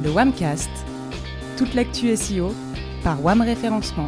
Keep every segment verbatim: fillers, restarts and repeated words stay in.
le WAMcast, toute l'actu S E O par WAM Référencement.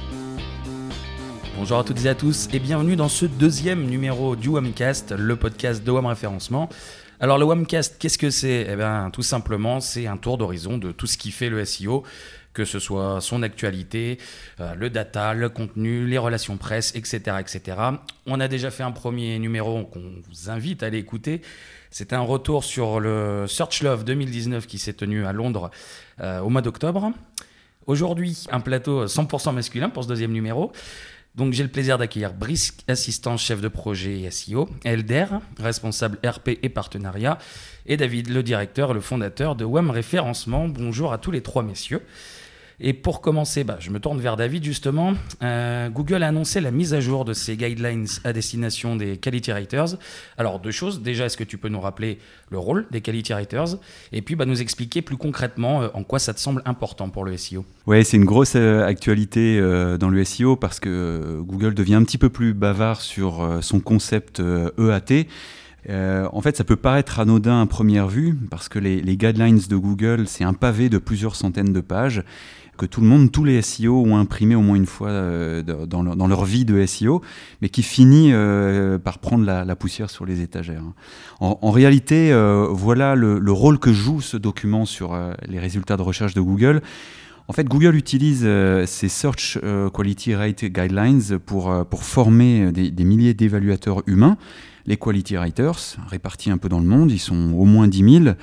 Bonjour à toutes et à tous et bienvenue dans ce deuxième numéro du WAMcast, le podcast de WAM Référencement. Alors le WAMcast, qu'est-ce que c'est ? Eh bien tout simplement, c'est un tour d'horizon de tout ce qui fait le S E O, que ce soit son actualité, euh, le data, le contenu, les relations presse, et cetera, et cetera. On a déjà fait un premier numéro qu'on vous invite à aller écouter. C'était un retour sur le Search Love deux mille dix-neuf qui s'est tenu à Londres euh, au mois d'octobre. Aujourd'hui, un plateau cent pour cent masculin pour ce deuxième numéro. Donc j'ai le plaisir d'accueillir Brice, assistant chef de projet S E O, Elder, responsable R P et partenariat, et David, le directeur et le fondateur de WAM Référencement. Bonjour à tous les trois messieurs. Et pour commencer, bah, je me tourne vers David justement. Euh, Google a annoncé la mise à jour de ses guidelines à destination des quality writers. Alors deux choses. Déjà, est-ce que tu peux nous rappeler le rôle des quality writers ? Et puis bah, nous expliquer plus concrètement euh, en quoi ça te semble important pour le S E O. Oui, c'est une grosse euh, actualité euh, dans le S E O parce que euh, Google devient un petit peu plus bavard sur euh, son concept euh, E A T. Euh, en fait, ça peut paraître anodin à première vue parce que les, les guidelines de Google, c'est un pavé de plusieurs centaines de pages que tout le monde, tous les S E O ont imprimé au moins une fois euh, dans, leur, dans leur vie de S E O, mais qui finit euh, par prendre la, la poussière sur les étagères. En, en réalité, euh, voilà le, le rôle que joue ce document sur euh, les résultats de recherche de Google. En fait, Google utilise euh, ces Search euh, Quality Rate Guidelines pour, euh, pour former des, des milliers d'évaluateurs humains, les Quality Writers, répartis un peu dans le monde, ils sont au moins dix mille.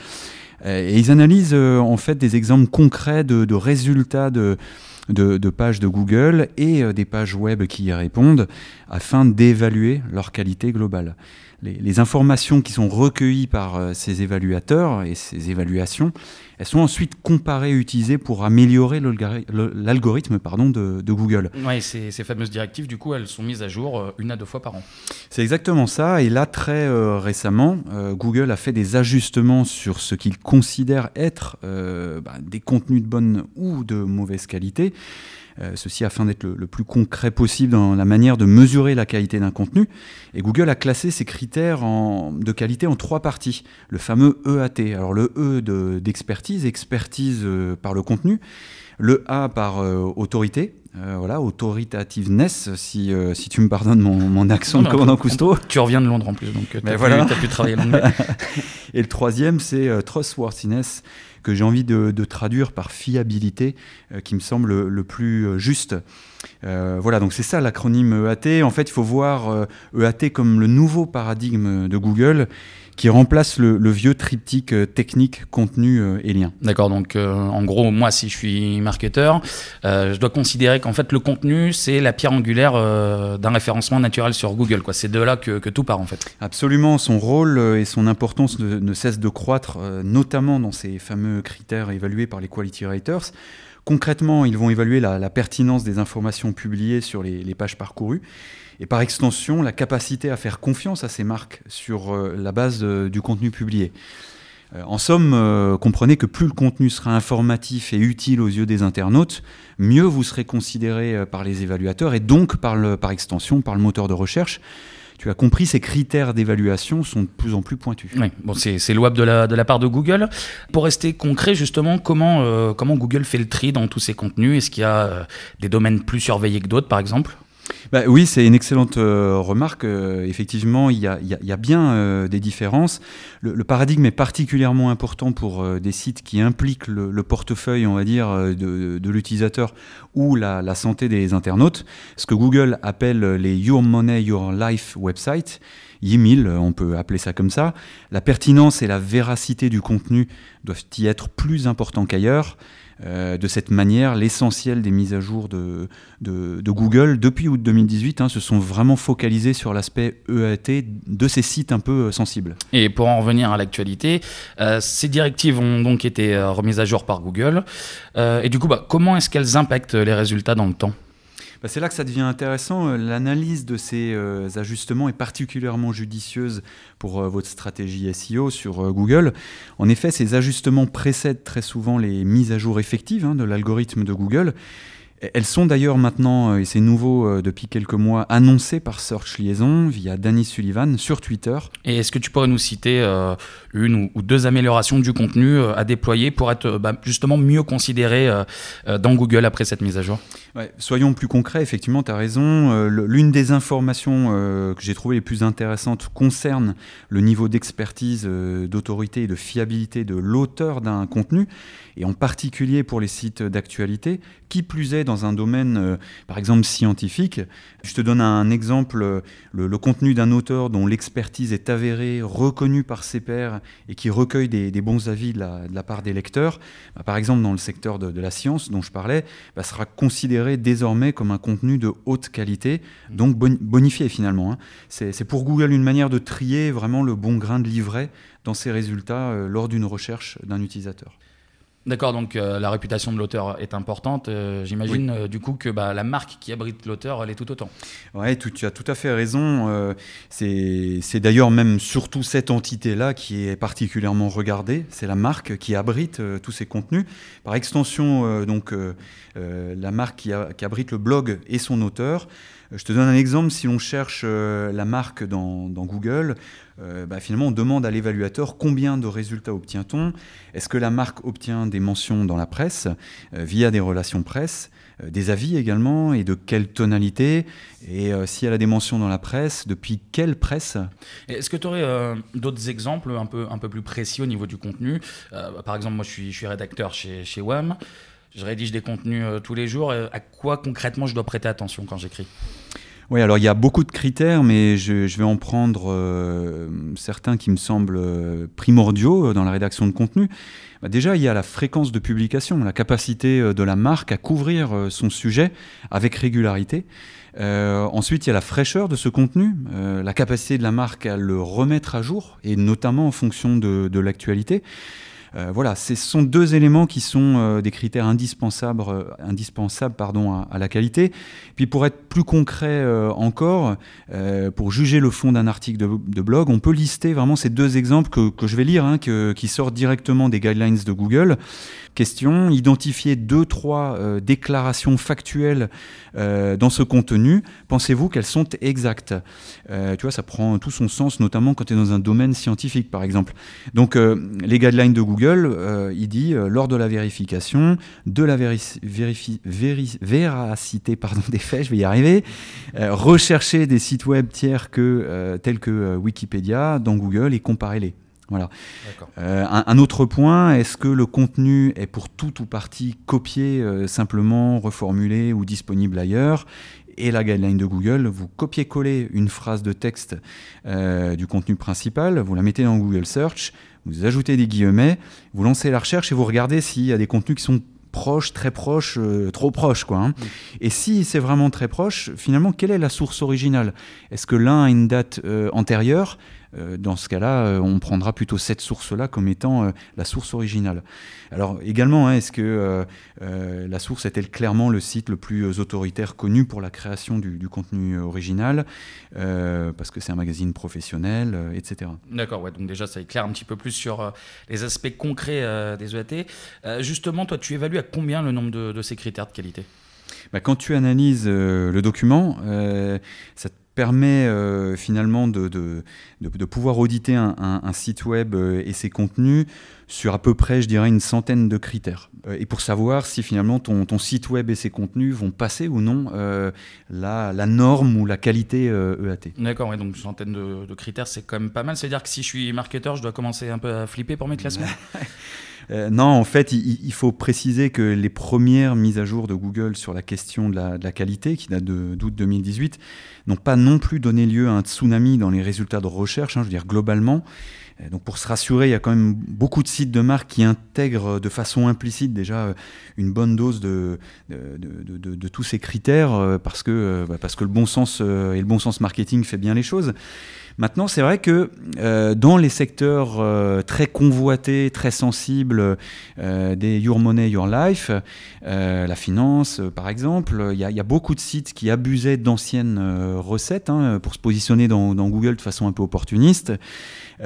Et ils analysent euh, en fait des exemples concrets de, de résultats de, de, de pages de Google et euh, des pages web qui y répondent afin d'évaluer leur qualité globale. Les, les informations qui sont recueillies par euh, ces évaluateurs et ces évaluations, elles sont ensuite comparées et utilisées pour améliorer l'algorithme pardon, de, de Google. Oui, ces, ces fameuses directives, du coup, elles sont mises à jour euh, une à deux fois par an. C'est exactement ça. Et là, très euh, récemment, euh, Google a fait des ajustements sur ce qu'il considère être euh, bah, des contenus de bonne ou de mauvaise qualité. Euh, ceci afin d'être le, le plus concret possible dans la manière de mesurer la qualité d'un contenu. Et Google a classé ces critères en, de qualité en trois parties. Le fameux E A T. Alors le E de, d'expertise, expertise euh, par le contenu. Le A par euh, autorité. Euh, voilà, autoritativeness, si, euh, si tu me pardonnes mon, mon accent de commandant Cousteau. Tu reviens de Londres en plus, donc tu as voilà. pu, pu travailler l'anglais. Et le troisième, c'est euh, trustworthiness, que j'ai envie de, de traduire par fiabilité, euh, qui me semble le, le plus euh, juste. Euh, voilà, donc c'est ça l'acronyme E A T. En fait, il faut voir euh, E A T comme le nouveau paradigme de Google, qui remplace le, le vieux triptyque euh, technique, contenu euh, et lien. D'accord, donc euh, en gros, moi, si je suis marketeur, euh, je dois considérer qu'en fait, le contenu, c'est la pierre angulaire euh, d'un référencement naturel sur Google, quoi. C'est de là que, que tout part, en fait. Absolument, son rôle et son importance ne, ne cessent de croître, euh, notamment dans ces fameux critères évalués par les Quality Writers. Concrètement, ils vont évaluer la, la pertinence des informations publiées sur les, les pages parcourues et par extension, la capacité à faire confiance à ces marques sur euh, la base euh, du contenu publié. Euh, en somme, euh, comprenez que plus le contenu sera informatif et utile aux yeux des internautes, mieux vous serez considéré euh, par les évaluateurs et donc par, le, par extension par le moteur de recherche. Tu as compris, ces critères d'évaluation sont de plus en plus pointus. Oui, bon, c'est, c'est louable de la, de la part de Google. Pour rester concret, justement, comment, euh, comment Google fait le tri dans tous ces contenus ? Est-ce qu'il y a euh, des domaines plus surveillés que d'autres, par exemple ? Bah, oui, c'est une excellente euh, remarque. Euh, effectivement, il y a, y a, y a bien euh, des différences. Le, le paradigme est particulièrement important pour euh, des sites qui impliquent le, le portefeuille, on va dire, de, de l'utilisateur ou la, la santé des internautes. Ce que Google appelle les Your Money, Your Life websites. Y mille, on peut appeler ça comme ça. La pertinence et la véracité du contenu doivent y être plus importants qu'ailleurs. Euh, de cette manière, l'essentiel des mises à jour de, de, de Google depuis août deux mille dix-huit hein, se sont vraiment focalisés sur l'aspect E A T de ces sites un peu sensibles. Et pour en revenir à l'actualité, euh, ces directives ont donc été euh, remises à jour par Google. Euh, et du coup, bah, comment est-ce qu'elles impactent les résultats dans le temps ? Bah c'est là que ça devient intéressant. L'analyse de ces euh, ajustements est particulièrement judicieuse pour euh, votre stratégie S E O sur euh, Google. En effet, ces ajustements précèdent très souvent les mises à jour effectives hein, de l'algorithme de Google. Elles sont d'ailleurs maintenant, et c'est nouveau depuis quelques mois, annoncées par Search Liaison via Danny Sullivan sur Twitter. Et est-ce que tu pourrais nous citer euh, une ou, ou deux améliorations du contenu euh, à déployer pour être euh, bah, justement mieux considéré euh, euh, dans Google après cette mise à jour ? Ouais, soyons plus concrets, effectivement, tu as raison. Euh, l'une des informations euh, que j'ai trouvées les plus intéressantes concerne le niveau d'expertise, euh, d'autorité et de fiabilité de l'auteur d'un contenu, et en particulier pour les sites d'actualité, qui plus est dans un domaine, euh, par exemple, scientifique. Je te donne un exemple, euh, le, le contenu d'un auteur dont l'expertise est avérée, reconnue par ses pairs et qui recueille des, des bons avis de la, de la part des lecteurs, bah, par exemple dans le secteur de, de la science dont je parlais, bah, sera considéré désormais comme un contenu de haute qualité, donc bon, bonifié finalement. Hein. C'est, c'est pour Google une manière de trier vraiment le bon grain de livret dans ses résultats euh, lors d'une recherche d'un utilisateur. D'accord, donc euh, la réputation de l'auteur est importante. Euh, j'imagine oui. euh, du coup que bah, la marque qui abrite l'auteur, elle est tout autant. Oui, tu as tout à fait raison. Euh, c'est, c'est d'ailleurs même surtout cette entité-là qui est particulièrement regardée. C'est la marque qui abrite euh, tous ces contenus. Par extension, euh, donc, euh, euh, la marque qui, a, qui abrite le blog et son auteur. Je te donne un exemple, si l'on cherche euh, la marque dans, dans Google, euh, bah, finalement on demande à l'évaluateur combien de résultats obtient-on. Est-ce que la marque obtient des mentions dans la presse, euh, via des relations presse, euh, des avis également, et de quelle tonalité, et euh, si elle a des mentions dans la presse, depuis quelle presse ? Est-ce que tu aurais euh, d'autres exemples un peu, un peu plus précis au niveau du contenu ? euh, Par exemple, moi je suis, je suis rédacteur chez, chez W A M. Je rédige des contenus euh, tous les jours. À quoi concrètement je dois prêter attention quand j'écris ? Oui, alors il y a beaucoup de critères, mais je, je vais en prendre euh, certains qui me semblent primordiaux dans la rédaction de contenu. Bah déjà, il y a la fréquence de publication, la capacité de la marque à couvrir son sujet avec régularité. Euh, ensuite, il y a la fraîcheur de ce contenu, euh, la capacité de la marque à le remettre à jour, et notamment en fonction de, de l'actualité. Euh, voilà, ce sont deux éléments qui sont euh, des critères indispensables, euh, indispensables pardon, à, à la qualité. Puis pour être plus concret euh, encore, euh, pour juger le fond d'un article de, de blog, on peut lister vraiment ces deux exemples que, que je vais lire, hein, que, qui sortent directement des guidelines de Google. Question, identifier deux, trois euh, déclarations factuelles euh, dans ce contenu. Pensez-vous qu'elles sont exactes ? euh, Tu vois, ça prend tout son sens, notamment quand tu es dans un domaine scientifique, par exemple. Donc, euh, les guidelines de Google, euh, il dit, euh, lors de la vérification, de la véri- vérifi- véri- véracité pardon, des faits, je vais y arriver, euh, recherchez des sites web tiers que, euh, tels que euh, Wikipédia dans Google et comparez-les. Voilà. Euh, un, un autre point, est-ce que le contenu est pour tout ou partie copié, euh, simplement reformulé ou disponible ailleurs ? Et la guideline de Google, vous copiez-collez une phrase de texte euh, du contenu principal, vous la mettez dans Google Search, vous ajoutez des guillemets, vous lancez la recherche et vous regardez s'il y a des contenus qui sont proches, très proches, euh, trop proches, quoi, hein. Oui. Et si c'est vraiment très proche, finalement, quelle est la source originale ? Est-ce que l'un a une date euh, antérieure ? Euh, dans ce cas-là, euh, on prendra plutôt cette source-là comme étant euh, la source originale. Alors également, hein, est-ce que euh, euh, la source est-elle clairement le site le plus autoritaire connu pour la création du, du contenu original, euh, parce que c'est un magazine professionnel, euh, et cetera. D'accord, ouais, donc déjà ça éclaire un petit peu plus sur euh, les aspects concrets euh, des E A T. Euh, justement, toi, tu évalues à combien le nombre de, de ces critères de qualité ? Bah, quand tu analyses euh, le document, euh, ça te permet euh, finalement de, de, de, de pouvoir auditer un, un, un site web euh, et ses contenus sur à peu près, je dirais, une centaine de critères. Euh, et pour savoir si finalement ton, ton site web et ses contenus vont passer ou non euh, la, la norme ou la qualité euh, E A T. D'accord, ouais, donc une centaine de, de critères, c'est quand même pas mal. C'est-à-dire que si je suis marketeur, je dois commencer un peu à flipper pour mes classements ? Euh, non, en fait, il, il faut préciser que les premières mises à jour de Google sur la question de la, de la qualité, qui date de, d'août deux mille dix-huit, n'ont pas non plus donné lieu à un tsunami dans les résultats de recherche, hein, je veux dire globalement. Euh, donc pour se rassurer, il y a quand même beaucoup de sites de marque qui intègrent de façon implicite déjà une bonne dose de, de, de, de, de tous ces critères, euh, parce que, euh, bah, parce que le bon sens euh, et le bon sens marketing fait bien les choses. Maintenant, c'est vrai que euh, dans les secteurs euh, très convoités, très sensibles, euh, des Your Money, Your Life, euh, la finance, euh, par exemple, il y, y a beaucoup de sites qui abusaient d'anciennes euh, recettes, hein, pour se positionner dans, dans Google de façon un peu opportuniste. Euh, et puis c'est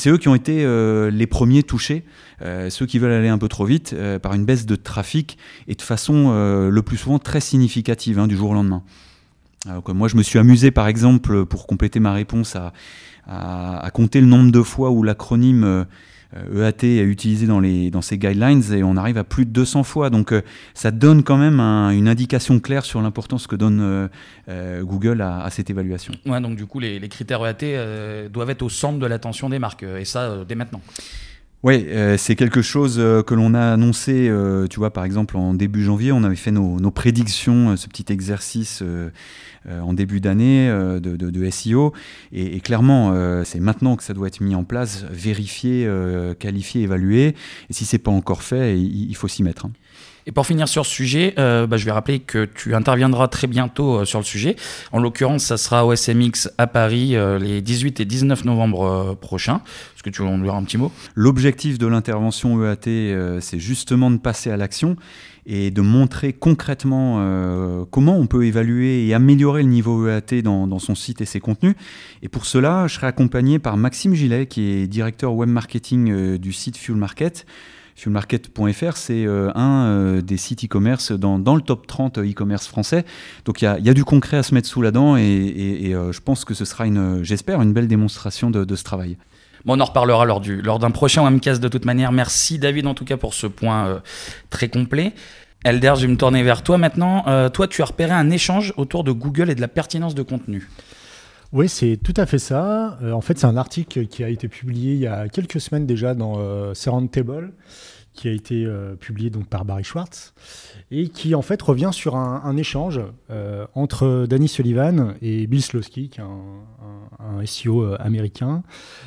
c'est eux qui ont été euh, les premiers touchés, euh, ceux qui veulent aller un peu trop vite, euh, par une baisse de trafic et de façon euh, le plus souvent très significative hein, du jour au lendemain. Alors que moi, je me suis amusé, par exemple, pour compléter ma réponse, à, à, à compter le nombre de fois où l'acronyme euh, E A T est utilisé dans, les, dans ces guidelines, et on arrive à plus de deux cents fois. Donc, euh, ça donne quand même un, une indication claire sur l'importance que donne euh, euh, Google à, à cette évaluation. Ouais, donc du coup, les, les critères E A T euh, doivent être au centre de l'attention des marques, et ça, euh, dès maintenant. Oui, euh, c'est quelque chose euh, que l'on a annoncé, euh, tu vois, par exemple, en début janvier, on avait fait nos, nos prédictions, euh, ce petit exercice euh, euh, en début d'année euh, de, de, de S E O. Et, et clairement, euh, c'est maintenant que ça doit être mis en place, vérifié, euh, qualifié, évalué. Et si ce n'est pas encore fait, il, il faut s'y mettre. Hein. Et pour finir sur ce sujet, euh, bah, je vais rappeler que tu interviendras très bientôt euh, sur le sujet. En l'occurrence, ça sera au S M X à Paris euh, les dix-huit et dix-neuf novembre euh, prochains. Est-ce que tu veux en dire un petit mot ? L'objectif de l'intervention E A T, euh, c'est justement de passer à l'action et de montrer concrètement euh, comment on peut évaluer et améliorer le niveau E A T dans, dans son site et ses contenus. Et pour cela, je serai accompagné par Maxime Gillet, qui est directeur web marketing euh, du site Fuel Market. fuel market point f r, c'est euh, un euh, des sites e-commerce dans, dans le top trente e-commerce français. Donc il y, y a du concret à se mettre sous la dent et, et, et euh, je pense que ce sera, une, j'espère, une belle démonstration de, de ce travail. Bon, on en reparlera lors, du, lors d'un prochain Wamcast de toute manière. Merci David en tout cas pour ce point euh, très complet. Elder, je vais me tourner vers toi maintenant. Euh, toi, tu as repéré un échange autour de Google et de la pertinence de contenu. Oui, c'est tout à fait ça. Euh, en fait, c'est un article qui a été publié il y a quelques semaines déjà dans euh, Roundtable, qui a été euh, publié donc par Barry Schwartz, et qui en fait revient sur un, un échange euh, entre Danny Sullivan et Bill Slawski, qui est un, un, un S E O euh, américain.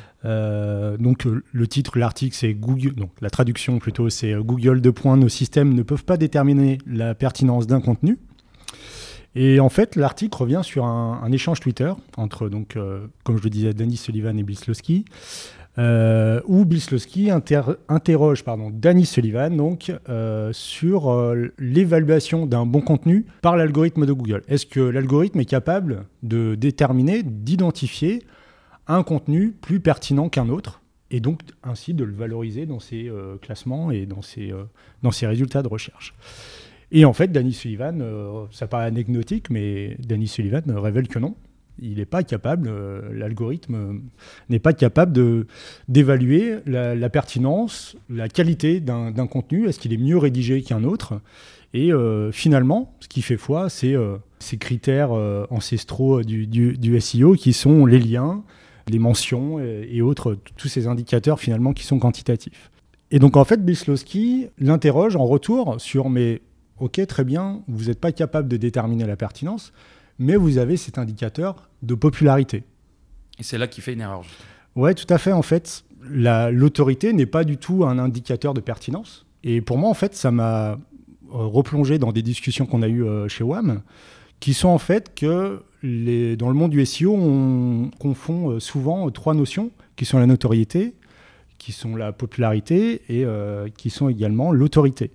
Euh, donc le titre de l'article, c'est Google, donc la traduction plutôt, c'est Google deux points, nos systèmes ne peuvent pas déterminer la pertinence d'un contenu. Et en fait, l'article revient sur un, un échange Twitter entre, donc, euh, comme je le disais, Danny Sullivan et Bill Slawski, euh, où Bill Slawski inter- interroge pardon, Danny Sullivan donc, euh, sur euh, l'évaluation d'un bon contenu par l'algorithme de Google. Est-ce que l'algorithme est capable de déterminer, d'identifier un contenu plus pertinent qu'un autre, et donc ainsi de le valoriser dans ses euh, classements et dans ses, euh, dans ses résultats de recherche. Et en fait, Danny Sullivan, euh, ça paraît anecdotique, mais Danny Sullivan révèle que non. Il n'est pas capable, euh, l'algorithme euh, n'est pas capable de, d'évaluer la, la pertinence, la qualité d'un, d'un contenu. Est-ce qu'il est mieux rédigé qu'un autre ? Et euh, finalement, ce qui fait foi, c'est euh, ces critères euh, ancestraux du, du, du S E O qui sont les liens, les mentions et, et autres, tous ces indicateurs finalement qui sont quantitatifs. Et donc en fait, Bill Slawski l'interroge en retour sur « mais ok, très bien, vous n'êtes pas capable de déterminer la pertinence, mais vous avez cet indicateur de popularité. » Et c'est là qu'il fait une erreur. Ouais, tout à fait. En fait, la, l'autorité n'est pas du tout un indicateur de pertinence. Et pour moi, en fait, ça m'a euh, replongé dans des discussions qu'on a eues euh, chez W A M, qui sont en fait que les, dans le monde du S E O, on confond euh, souvent euh, trois notions, qui sont la notoriété, qui sont la popularité et euh, qui sont également l'autorité.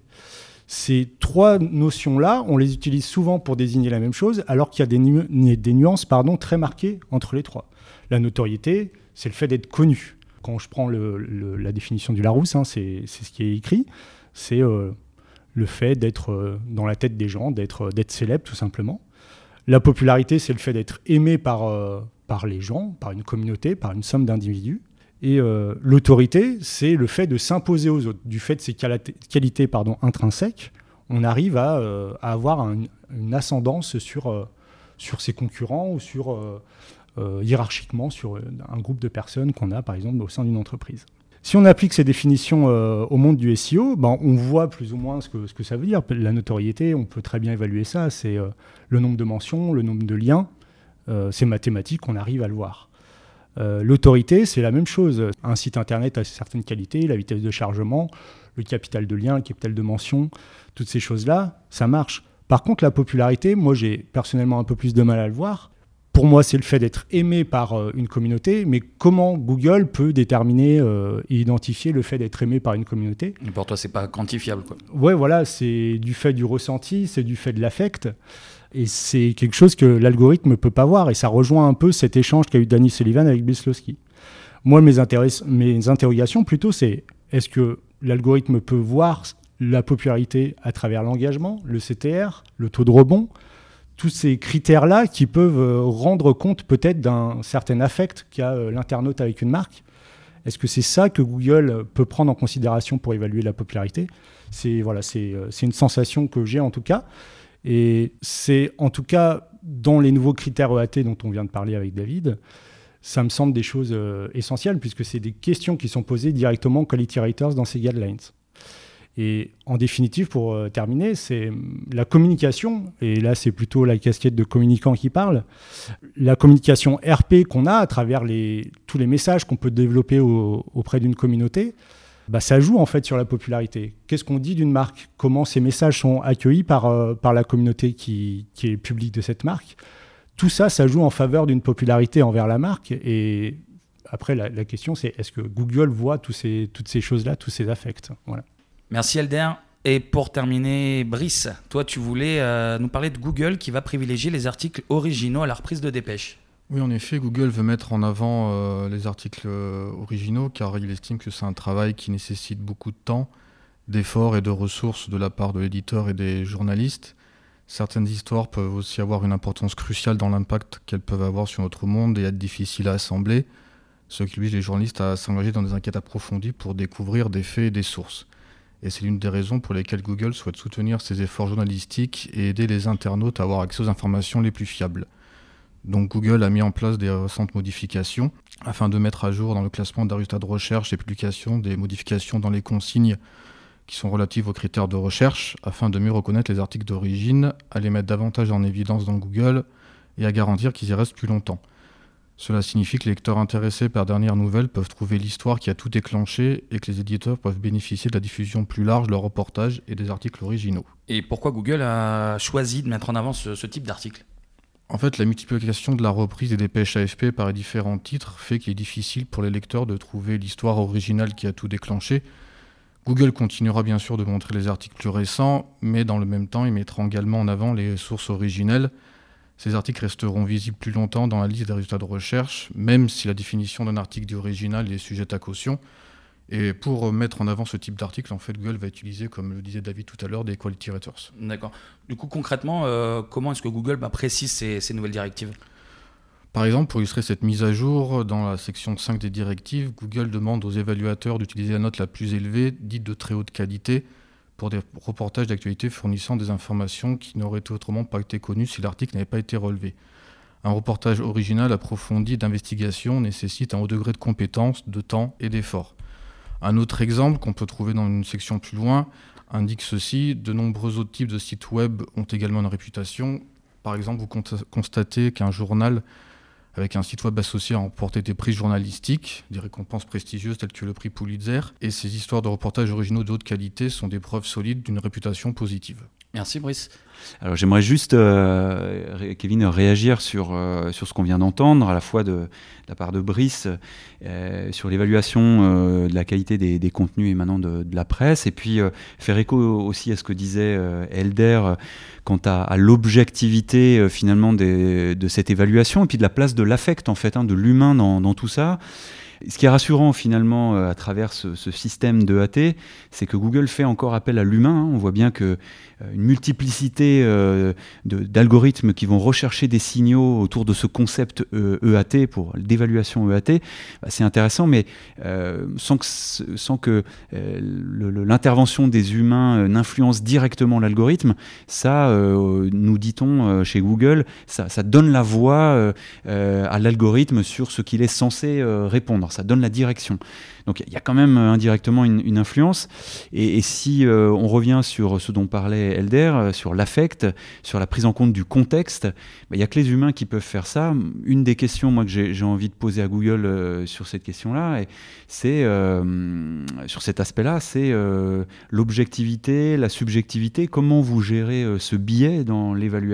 Ces trois notions-là, on les utilise souvent pour désigner la même chose, alors qu'il y a des, nu- des nuances pardon, très marquées entre les trois. La notoriété, c'est le fait d'être connu. Quand je prends le, le, la définition du Larousse, hein, c'est, c'est ce qui est écrit, c'est euh, le fait d'être euh, dans la tête des gens, d'être, d'être célèbre tout simplement. La popularité, c'est le fait d'être aimé par, euh, par les gens, par une communauté, par une somme d'individus. Et euh, l'autorité, c'est le fait de s'imposer aux autres. Du fait de ses quali- qualités pardon, intrinsèques, on arrive à, euh, à avoir un, une ascendance sur, euh, sur ses concurrents ou sur, euh, euh, hiérarchiquement sur un groupe de personnes qu'on a, par exemple, au sein d'une entreprise. Si on applique ces définitions euh, au monde du S E O, ben, on voit plus ou moins ce que, ce que ça veut dire. La notoriété, on peut très bien évaluer ça. C'est euh, le nombre de mentions, le nombre de liens. Euh, c'est mathématique, on arrive à le voir. Euh, l'autorité, c'est la même chose. Un site internet a certaines qualités, la vitesse de chargement, le capital de liens, le capital de mentions, toutes ces choses-là, ça marche. Par contre, la popularité, moi j'ai personnellement un peu plus de mal à le voir. Pour moi, c'est le fait d'être aimé par euh, une communauté, mais comment Google peut déterminer euh, et identifier le fait d'être aimé par une communauté ? Et pour toi, c'est pas quantifiable, quoi. Ouais, voilà, c'est du fait du ressenti, c'est du fait de l'affect. Et c'est quelque chose que l'algorithme ne peut pas voir. Et ça rejoint un peu cet échange qu'a eu Danny Sullivan avec Bill Slawski. Moi, mes, intéress- mes interrogations, plutôt, c'est est-ce que l'algorithme peut voir la popularité à travers l'engagement, le C T R, le taux de rebond, tous ces critères-là qui peuvent euh, rendre compte peut-être d'un certain affect qu'a euh, l'internaute avec une marque. Est-ce que c'est ça que Google peut prendre en considération pour évaluer la popularité ? C'est, voilà, c'est, euh, c'est une sensation que j'ai en tout cas. Et c'est en tout cas dans les nouveaux critères E A T dont on vient de parler avec David, ça me semble des choses euh, essentielles puisque c'est des questions qui sont posées directement aux quality raters dans ces guidelines. Et en définitive, pour euh, terminer, c'est la communication, et là c'est plutôt la casquette de communicant qui parle, la communication R P qu'on a à travers les, tous les messages qu'on peut développer au, auprès d'une communauté, bah, ça joue en fait sur la popularité. Qu'est-ce qu'on dit d'une marque ? Comment ces messages sont accueillis par, euh, par la communauté qui, qui est publique de cette marque ? Tout ça, ça joue en faveur d'une popularité envers la marque. Et après, la, la question c'est est-ce que Google voit tous ces, toutes ces choses-là, tous ces affects ? Voilà. Merci Elder. Et pour terminer, Brice, toi tu voulais euh, nous parler de Google qui va privilégier les articles originaux à la reprise de dépêche. Oui, en effet, Google veut mettre en avant euh, les articles euh, originaux car il estime que c'est un travail qui nécessite beaucoup de temps, d'efforts et de ressources de la part de l'éditeur et des journalistes. Certaines histoires peuvent aussi avoir une importance cruciale dans l'impact qu'elles peuvent avoir sur notre monde et être difficiles à assembler, ce qui oblige les journalistes à s'engager dans des enquêtes approfondies pour découvrir des faits et des sources. Et c'est l'une des raisons pour lesquelles Google souhaite soutenir ses efforts journalistiques et aider les internautes à avoir accès aux informations les plus fiables. Donc Google a mis en place des récentes modifications afin de mettre à jour dans le classement des résultats de recherche et publications des modifications dans les consignes qui sont relatives aux critères de recherche afin de mieux reconnaître les articles d'origine, à les mettre davantage en évidence dans Google et à garantir qu'ils y restent plus longtemps. Cela signifie que les lecteurs intéressés par dernières nouvelles peuvent trouver l'histoire qui a tout déclenché et que les éditeurs peuvent bénéficier de la diffusion plus large de leurs reportages et des articles originaux. Et pourquoi Google a choisi de mettre en avant ce, ce type d'article ? En fait, la multiplication de la reprise des dépêches A F P par les différents titres fait qu'il est difficile pour les lecteurs de trouver l'histoire originale qui a tout déclenché. Google continuera bien sûr de montrer les articles plus récents, mais dans le même temps, il mettra également en avant les sources originelles. Ces articles resteront visibles plus longtemps dans la liste des résultats de recherche, même si la définition d'un article dit original est sujette à caution. Et pour mettre en avant ce type d'article, en fait, Google va utiliser, comme le disait David tout à l'heure, des quality raters. D'accord. Du coup, concrètement, euh, comment est-ce que Google bah, précise ces, ces nouvelles directives ? Par exemple, pour illustrer cette mise à jour, dans la section cinq des directives, Google demande aux évaluateurs d'utiliser la note la plus élevée, dite de très haute qualité, pour des reportages d'actualité fournissant des informations qui n'auraient autrement pas été connues si l'article n'avait pas été relevé. Un reportage original approfondi d'investigation nécessite un haut degré de compétence, de temps et d'effort. Un autre exemple qu'on peut trouver dans une section plus loin indique ceci: de nombreux autres types de sites web ont également une réputation. Par exemple, vous constatez qu'un journal avec un site web associé a remporté des prix journalistiques, des récompenses prestigieuses telles que le prix Pulitzer, et ces histoires de reportages originaux de haute qualité sont des preuves solides d'une réputation positive. Merci Brice. Alors j'aimerais juste, euh, Kevin, réagir sur, euh, sur ce qu'on vient d'entendre, à la fois de, de la part de Brice, euh, sur l'évaluation euh, de la qualité des, des contenus émanant de, de la presse, et puis euh, faire écho aussi à ce que disait euh, Elder euh, quant à, à l'objectivité euh, finalement des, de cette évaluation, et puis de la place de l'affect, en fait, hein, de l'humain dans, dans tout ça. Ce qui est rassurant finalement euh, à travers ce, ce système de E A T, c'est que Google fait encore appel à l'humain. Hein. On voit bien qu'une euh, multiplicité euh, de, d'algorithmes qui vont rechercher des signaux autour de ce concept euh, E A T pour d'évaluation E A T, bah, c'est intéressant, mais euh, sans que, sans que euh, le, le, l'intervention des humains euh, n'influence directement l'algorithme, ça, euh, nous dit-on euh, chez Google, ça, ça donne la voix euh, euh, à l'algorithme sur ce qu'il est censé euh, répondre. Ça donne la direction. Donc il y a quand même euh, indirectement une, une influence. Et, et si euh, on revient sur ce dont parlait Elder, euh, sur l'affect, sur la prise en compte du contexte, bah, il n'y a que les humains qui peuvent faire ça. Une des questions moi, que j'ai, j'ai envie de poser à Google euh, sur cette question-là, et c'est, euh, sur cet aspect-là, c'est euh, l'objectivité, la subjectivité. Comment vous gérez euh, ce biais dans l'évaluation ?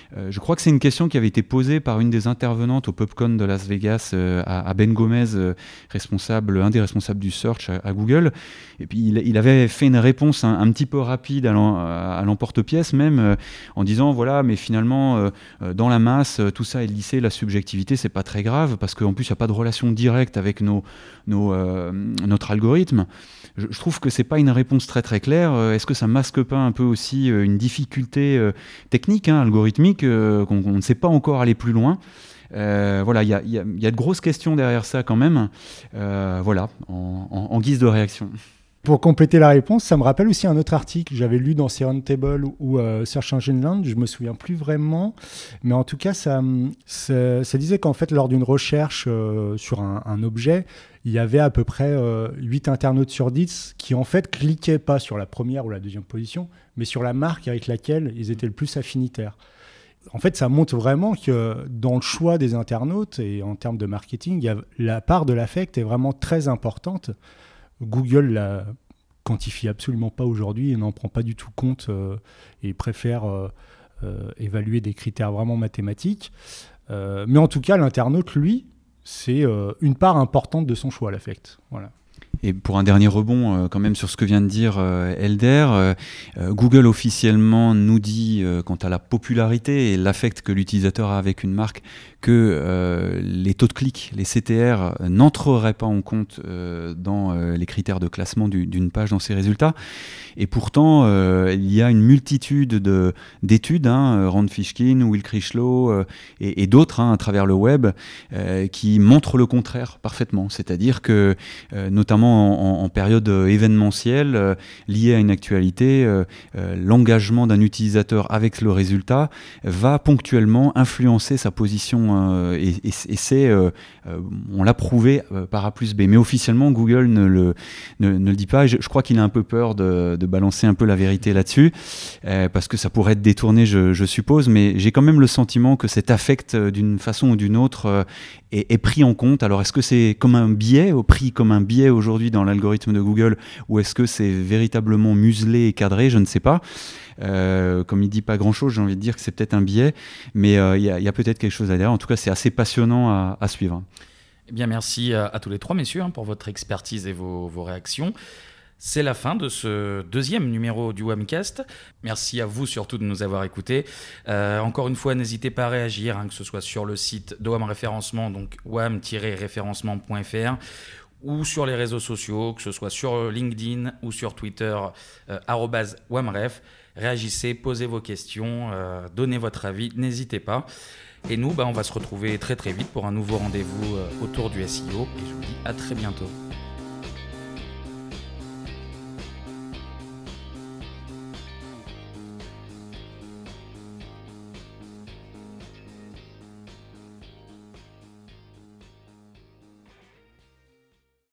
Euh, je crois que c'est une question qui avait été posée par une des intervenantes au PopCon de Las Vegas euh, à, à Ben Gomez, euh, responsable, un des responsables du search à, à Google. Et puis il, il avait fait une réponse un, un petit peu rapide à, l'en, à l'emporte-pièce même, euh, en disant voilà, mais finalement euh, dans la masse, tout ça est lissé, la subjectivité c'est pas très grave parce qu'en plus il n'y a pas de relation directe avec nos, nos, euh, notre algorithme. Je, je trouve que c'est pas une réponse très très claire. Est-ce que ça masque pas un peu aussi une difficulté euh, technique, hein, algorithmique, euh, qu'on, qu'on ne sait pas encore aller plus loin? Euh, voilà, il y a, y, a, y a de grosses questions derrière ça quand même. Euh, voilà, en, en, en guise de réaction. Pour compléter la réponse, ça me rappelle aussi un autre article que j'avais lu dans C Roundtable ou euh, Search Engine Land, je me souviens plus vraiment, mais en tout cas, ça, ça, ça disait qu'en fait, lors d'une recherche euh, sur un, un objet, il y avait à peu près euh, huit internautes sur dix qui en fait cliquaient pas sur la première ou la deuxième position, mais sur la marque avec laquelle ils étaient le plus affinitaires. En fait, ça montre vraiment que dans le choix des internautes et en termes de marketing, il y a, la part de l'affect est vraiment très importante. Google la quantifie absolument pas aujourd'hui et n'en prend pas du tout compte euh, et préfère euh, euh, évaluer des critères vraiment mathématiques. Euh, mais en tout cas, l'internaute, lui, c'est euh, une part importante de son choix, l'affect. Voilà. Et pour un dernier rebond, euh, quand même, sur ce que vient de dire euh, Elder, euh, euh, Google officiellement nous dit, euh, quant à la popularité et l'affect que l'utilisateur a avec une marque, que euh, les taux de clic, les C T R, euh, n'entreraient pas en compte euh, dans euh, les critères de classement du, d'une page dans ses résultats. Et pourtant, euh, il y a une multitude de, d'études, hein, Rand Fishkin, Will Critchlow euh, et, et d'autres hein, à travers le web, euh, qui montrent le contraire parfaitement. C'est-à-dire que, euh, notamment en, en période événementielle, euh, liée à une actualité, euh, euh, l'engagement d'un utilisateur avec le résultat va ponctuellement influencer sa position. Euh, et, et, et c'est, euh, euh, on l'a prouvé euh, par A plus B. Mais officiellement, Google ne le, ne, ne le dit pas. Je, je crois qu'il a un peu peur de, de balancer un peu la vérité là-dessus, euh, parce que ça pourrait être détourné, je, je suppose. Mais j'ai quand même le sentiment que cet affect, d'une façon ou d'une autre, euh, est, est pris en compte. Alors, est-ce que c'est comme un biais, au pris comme un biais aujourd'hui dans l'algorithme de Google, ou est-ce que c'est véritablement muselé et cadré? Je ne sais pas. Euh, comme il ne dit pas grand-chose, j'ai envie de dire que c'est peut-être un biais, mais il euh, y, y a peut-être quelque chose à dire. En tout cas, c'est assez passionnant à, à suivre. Eh bien, merci à, à tous les trois, messieurs, hein, pour votre expertise et vos, vos réactions. C'est la fin de ce deuxième numéro du WAMcast. Merci à vous surtout de nous avoir écoutés. Euh, encore une fois, n'hésitez pas à réagir, hein, que ce soit sur le site de WAM Référencement, donc wam tiret référencement point f r, ou sur les réseaux sociaux, que ce soit sur LinkedIn ou sur Twitter, euh, arobase wamref. Réagissez, posez vos questions, euh, donnez votre avis, n'hésitez pas. Et nous, bah, on va se retrouver très très vite pour un nouveau rendez-vous euh, autour du S E O. Et je vous dis à très bientôt.